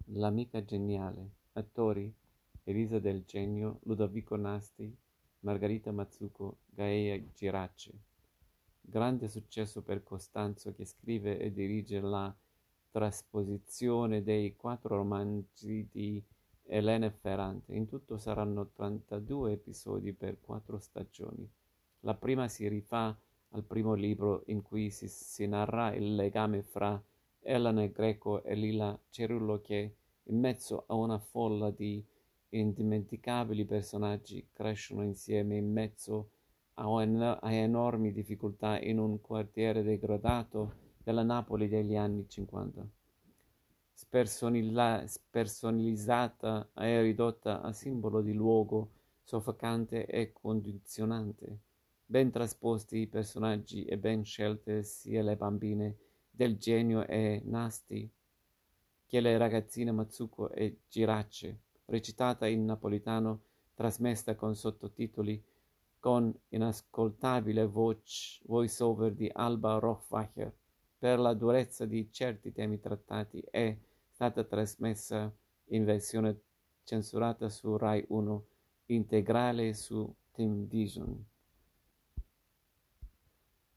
L'amica geniale. Attori: Elisa Del Genio, Ludovico Nasti, Margherita Mazzucco, Gaia Girace. Grande successo per Costanzo, che scrive e dirige la trasposizione dei 4 romanzi di Elena Ferrante. In tutto saranno 32 episodi per 4 stagioni. La prima si rifà al primo libro, in cui si narra il legame fra Elena Greco e Lila Cerullo, che, in mezzo a una folla di indimenticabili personaggi, crescono insieme in mezzo a enormi difficoltà in un quartiere degradato della Napoli degli anni 50. Spersonalizzata e ridotta a simbolo di luogo soffocante e condizionante. Ben trasposti i personaggi e ben scelte sia le bambine Del Genio e Nasti che le ragazzine Mazzucco e Girace, recitata in napoletano, trasmessa con sottotitoli, con inascoltabile voice-over di Alba Rohrwacher. Per la durezza di certi temi trattati è stata trasmessa in versione censurata su Rai 1, integrale su Team Vision.